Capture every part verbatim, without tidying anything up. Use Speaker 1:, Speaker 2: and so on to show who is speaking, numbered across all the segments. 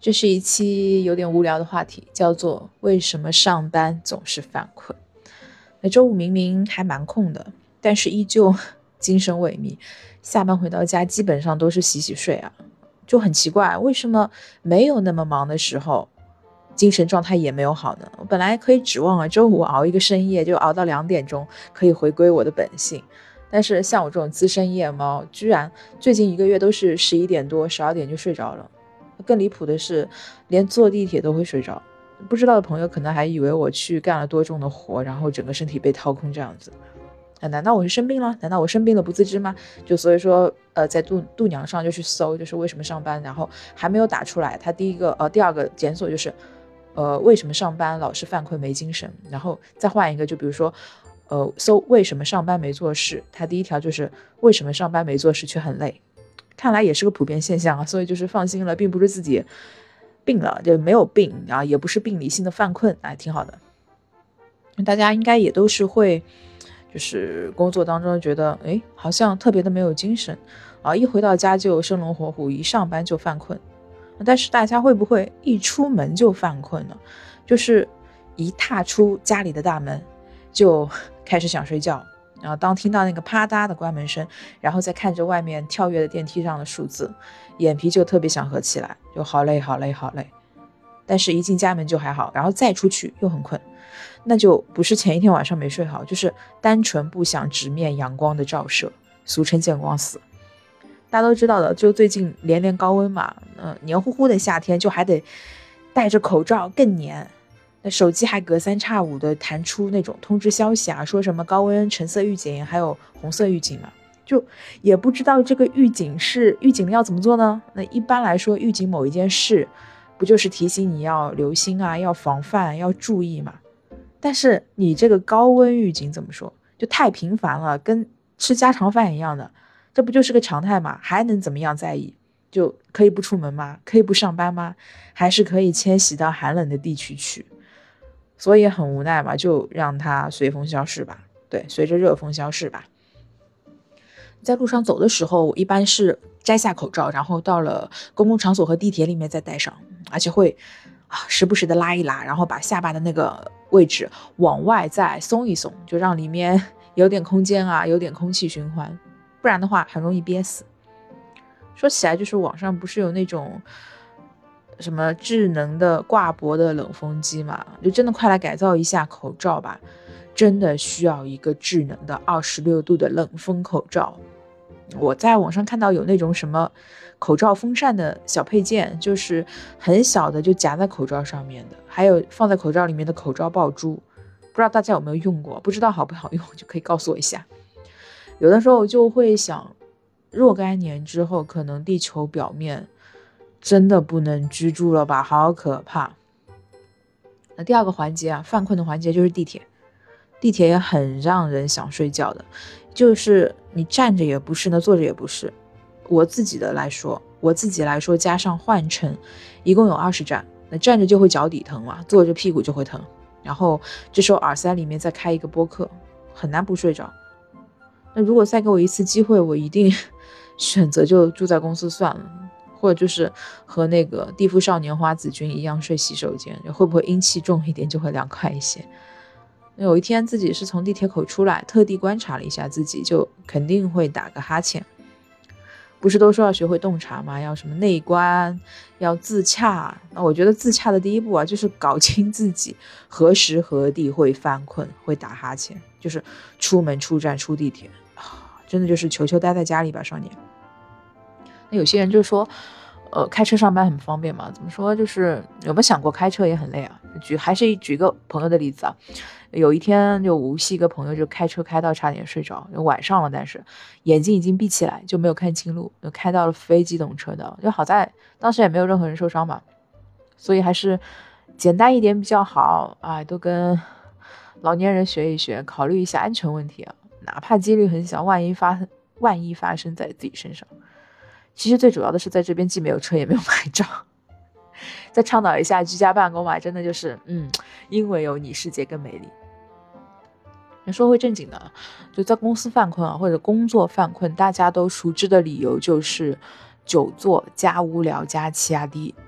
Speaker 1: 这是一期有点无聊的话题，叫做为什么上班总是犯困。那周五明明还蛮空的，但是依旧精神萎靡，下班回到家基本上都是洗洗睡啊，就很奇怪，为什么没有那么忙的时候精神状态也没有好呢？我本来可以指望啊，周五熬一个深夜就熬到两点钟，可以回归我的本性。但是像我这种资深夜猫，居然最近一个月都是十一点多、十二点就睡着了。更离谱的是，连坐地铁都会睡着。不知道的朋友可能还以为我去干了多重的活，然后整个身体被掏空这样子。啊，难道我是生病了？难道我生病了不自知吗？就所以说，呃，在度度娘上就去搜，就是为什么上班，然后还没有打出来。他第一个，呃，第二个检索就是，呃，为什么上班老是犯困没精神？然后再换一个，就比如说，呃，搜为什么上班没做事？他第一条就是为什么上班没做事却很累？看来也是个普遍现象啊，所以就是放心了，并不是自己病了，就没有病啊，也不是病理性的犯困，哎，挺好的。大家应该也都是会，就是工作当中觉得，哎，好像特别的没有精神啊，一回到家就生龙活虎，一上班就犯困。但是大家会不会一出门就犯困呢？就是一踏出家里的大门，就开始想睡觉。然后当听到那个啪嗒的关门声，然后再看着外面跳跃的电梯上的数字，眼皮就特别想合起来，就好累好累好累。但是一进家门就还好，然后再出去又很困，那就不是前一天晚上没睡好，就是单纯不想直面阳光的照射，俗称见光死。大家都知道的，就最近连连高温嘛，呃，黏糊糊的夏天就还得戴着口罩更黏。那手机还隔三差五的弹出那种通知消息啊，说什么高温橙色预警还有红色预警嘛，就也不知道这个预警是预警要怎么做呢？那一般来说预警某一件事不就是提醒你要留心啊，要防范要注意嘛？但是你这个高温预警怎么说，就太频繁了，跟吃家常饭一样的，这不就是个常态吗？还能怎么样在意？就可以不出门吗？可以不上班吗？还是可以迁徙到寒冷的地区去？所以很无奈嘛，就让它随风消逝吧。对，随着热风消逝吧。在路上走的时候，一般是摘下口罩，然后到了公共场所和地铁里面再戴上，而且会啊时不时的拉一拉，然后把下巴的那个位置往外再松一松，就让里面有点空间啊，有点空气循环，不然的话很容易憋死。说起来，就是网上不是有那种什么智能的挂脖的冷风机嘛，就真的快来改造一下口罩吧，真的需要一个智能的二十六度的冷风口罩。我在网上看到有那种什么口罩风扇的小配件，就是很小的就夹在口罩上面的，还有放在口罩里面的口罩爆珠，不知道大家有没有用过，不知道好不好用就可以告诉我一下。有的时候就会想，若干年之后可能地球表面真的不能居住了吧，好可怕。那第二个环节啊，犯困的环节就是地铁。地铁也很让人想睡觉的，就是你站着也不是，那坐着也不是。我自己的来说，我自己来说加上换乘，一共有二十站。那站着就会脚底疼嘛，坐着屁股就会疼。然后这时候耳塞里面再开一个播客，很难不睡着。那如果再给我一次机会，我一定选择就住在公司算了，或者就是和那个地府少年花子君一样睡洗手间，会不会阴气重一点就会凉快一些。有一天自己是从地铁口出来，特地观察了一下自己，就肯定会打个哈欠。不是都说要学会洞察吗？要什么内观，要自洽。那我觉得自洽的第一步啊，就是搞清自己何时何地会犯困，会打哈欠，就是出门出站出地铁啊，真的就是求求待在家里吧，少年。那有些人就说呃，开车上班很方便嘛？怎么说？就是有没有想过开车也很累啊？举还是举个朋友的例子啊，有一天就无锡一个朋友就开车开到差点睡着，晚上了，但是眼睛已经闭起来，就没有看清路，就开到了非机动车道，就好在当时也没有任何人受伤嘛，所以还是简单一点比较好啊，都跟老年人学一学，考虑一下安全问题啊，哪怕几率很小，万一发万一发生在自己身上。其实最主要的是在这边既没有车也没有牌照，再倡导一下居家办公嘛，真的就是嗯，因为有你世界更美丽。说回正经的，就在公司犯困啊，或者工作犯困，大家都熟知的理由就是久坐加无聊加气压低。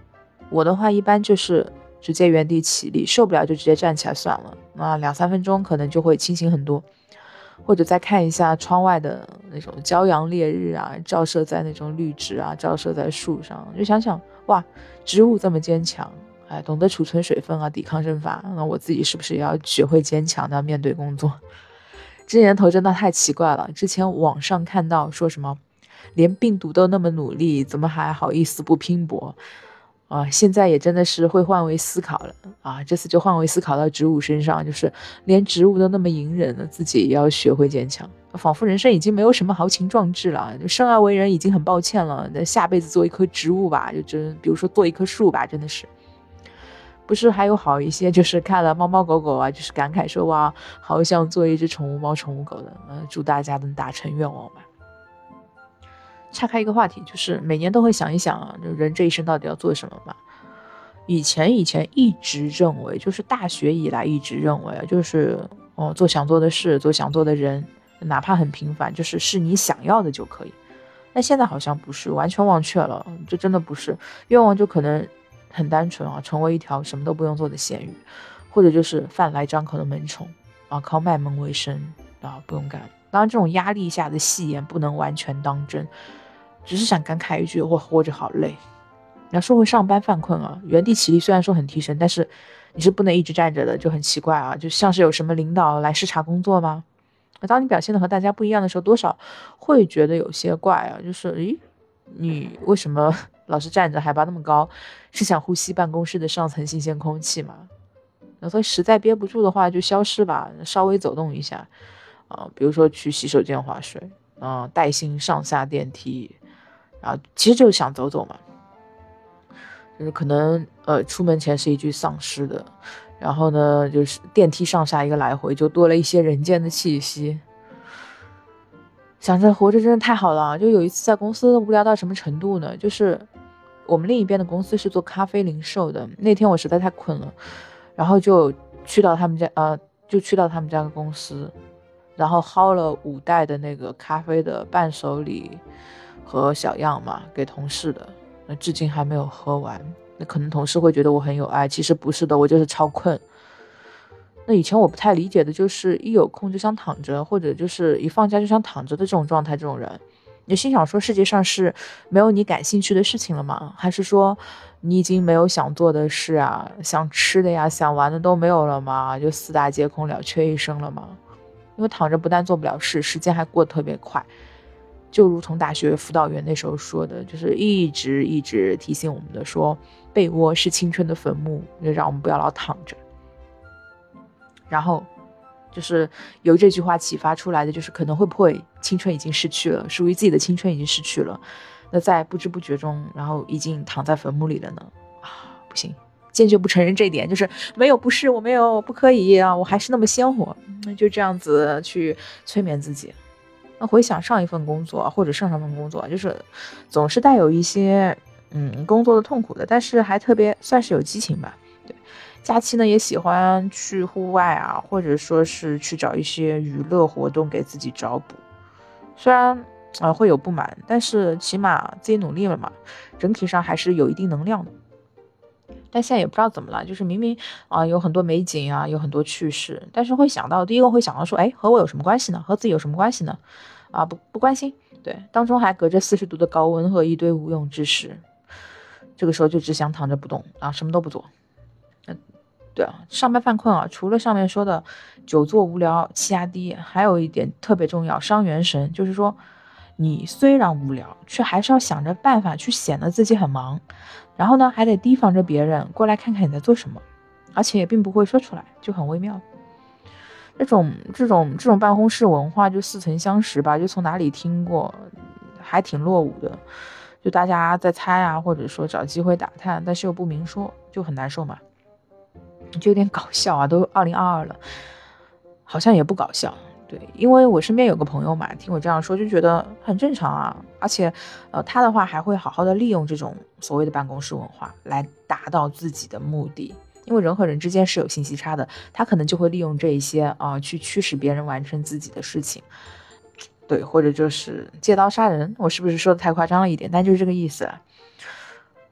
Speaker 1: 我的话一般就是直接原地起立，受不了就直接站起来算了，那两三分钟可能就会清醒很多。或者再看一下窗外的那种骄阳烈日啊，照射在那种绿植啊，照射在树上，就想想哇，植物这么坚强，哎，懂得储存水分啊，抵抗蒸发，那我自己是不是也要学会坚强的面对工作？这年头真的太奇怪了，之前网上看到说什么连病毒都那么努力，怎么还好意思不拼搏啊？现在也真的是会换位思考了啊！这次就换位思考到植物身上，就是连植物都那么隐忍了，自己也要学会坚强。仿佛人生已经没有什么豪情壮志了，就生而为人已经很抱歉了，那下辈子做一棵植物吧，就真比如说做一棵树吧，真的是。不是还有好一些，就是看了猫猫狗狗啊，就是感慨说哇，好想做一只宠物猫、宠物狗的。呃，祝大家能达成愿望吧。岔开一个话题，就是每年都会想一想啊，就人这一生到底要做什么嘛？以前以前一直认为，就是大学以来一直认为啊，就是哦，做想做的事，做想做的人，哪怕很平凡，就是是你想要的就可以。但现在好像不是，完全忘却了，这真的不是愿望，就可能很单纯啊，成为一条什么都不用做的咸鱼，或者就是饭来张口的蚊虫啊，靠卖萌为生啊，不用干。当然，这种压力下的戏言不能完全当真，只是想感慨一句：我活着好累。那说回上班犯困啊，原地起立虽然说很提神，但是你是不能一直站着的，就很奇怪啊，就像是有什么领导来视察工作吗？当你表现的和大家不一样的时候，多少会觉得有些怪啊，就是咦，你为什么老是站着，海拔那么高，是想呼吸办公室的上层新鲜空气吗？那所以实在憋不住的话就消失吧，稍微走动一下啊、呃，比如说去洗手间划水啊、呃，带薪上下电梯，然后其实就是想走走嘛，就是可能呃出门前是一具丧尸的。然后呢，就是电梯上下一个来回，就多了一些人间的气息。想着活着真的太好了，就有一次在公司无聊到什么程度呢？就是我们另一边的公司是做咖啡零售的，那天我实在太困了，然后就去到他们家，呃，就去到他们家的公司，然后薅了五袋的那个咖啡的伴手礼和小样嘛，给同事的，那至今还没有喝完。那可能同事会觉得我很有爱，其实不是的，我就是超困。那以前我不太理解的就是一有空就想躺着，或者就是一放假就想躺着的这种状态，这种人，你心想说世界上是没有你感兴趣的事情了吗？还是说你已经没有想做的事啊，想吃的呀，想玩的都没有了吗？就四大皆空了却一生了吗？因为躺着不但做不了事，时间还过得特别快。就如同大学辅导员那时候说的，就是一直一直提醒我们的说，被窝是青春的坟墓，就让我们不要老躺着。然后就是由这句话启发出来的，就是可能会不会青春已经失去了，属于自己的青春已经失去了，那在不知不觉中，然后已经躺在坟墓里了呢？啊，不行，坚决不承认这一点，就是没有不是，我没有不可以啊，我还是那么鲜活，那就这样子去催眠自己。那回想上一份工作或者上上份工作，就是总是带有一些嗯工作的痛苦的，但是还特别算是有激情吧。对，假期呢也喜欢去户外啊，或者说是去找一些娱乐活动给自己找补。虽然啊、呃、会有不满，但是起码自己努力了嘛，整体上还是有一定能量的。但现在也不知道怎么了，就是明明啊、呃、有很多美景啊，有很多趣事，但是会想到第一个会想到说，哎，和我有什么关系呢？和自己有什么关系呢？啊，不不关心。对，当中还隔着四十度的高温和一堆无用之事，这个时候就只想躺着不动啊，什么都不做。嗯，对啊，上班犯困啊，除了上面说的久坐无聊、气压低，还有一点特别重要，伤元神，就是说你虽然无聊，却还是要想着办法去显得自己很忙。然后呢，还得提防着别人过来看看你在做什么，而且也并不会说出来，就很微妙。这种这种这种办公室文化就似曾相识吧，就从哪里听过，还挺落伍的。就大家在猜啊，或者说找机会打探，但是又不明说，就很难受嘛，就有点搞笑啊。都二零二二了，好像也不搞笑。对，因为我身边有个朋友嘛，听我这样说就觉得很正常啊，而且，呃，他的话还会好好的利用这种所谓的办公室文化来达到自己的目的，因为人和人之间是有信息差的，他可能就会利用这一些啊、呃，去驱使别人完成自己的事情，对，或者就是借刀杀人，我是不是说的太夸张了一点？但就是这个意思。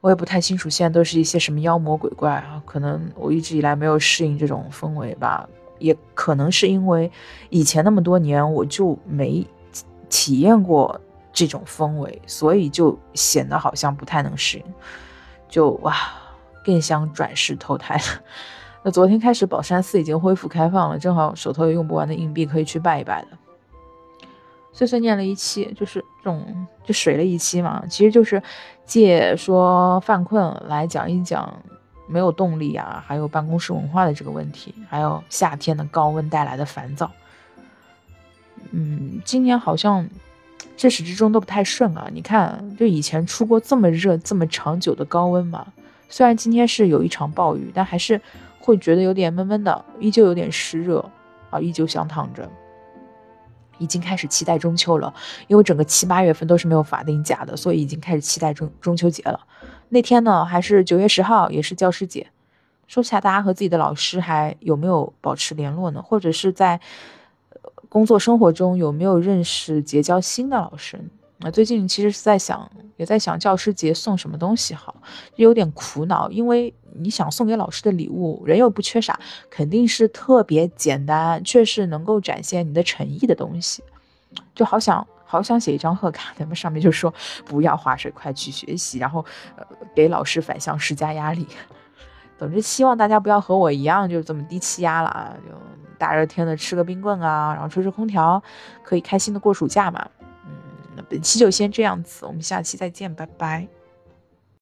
Speaker 1: 我也不太清楚现在都是一些什么妖魔鬼怪啊，可能我一直以来没有适应这种氛围吧，也可能是因为以前那么多年我就没体验过这种氛围，所以就显得好像不太能适应，就哇更想转世投胎了。那昨天开始宝山寺已经恢复开放了，正好手头有用不完的硬币可以去拜一拜的。碎碎念了一期，就是这种就水了一期嘛，其实就是借说犯困来讲一讲没有动力啊，还有办公室文化的这个问题，还有夏天的高温带来的烦躁。嗯，今年好像至始至终都不太顺啊。你看，就以前出过这么热、这么长久的高温嘛，虽然今天是有一场暴雨，但还是会觉得有点闷闷的，依旧有点湿热啊，依旧想躺着。已经开始期待中秋了，因为整个七八月份都是没有法定假的，所以已经开始期待中中秋节了。那天呢，还是九月十号，也是教师节。说起来，大家和自己的老师还有没有保持联络呢？或者是在工作生活中有没有认识结交新的老师？那最近其实是在想，也在想教师节送什么东西好，有点苦恼，因为你想送给老师的礼物，人又不缺啥，肯定是特别简单，却是能够展现你的诚意的东西。就好想好想写一张贺卡，咱们上面就说不要划水，快去学习，然后呃给老师反向施加压力。总之，希望大家不要和我一样就这么低气压了啊！就大热天的吃个冰棍啊，然后吹吹空调，可以开心的过暑假嘛。嗯，那本期就先这样子，我们下期再见，拜拜。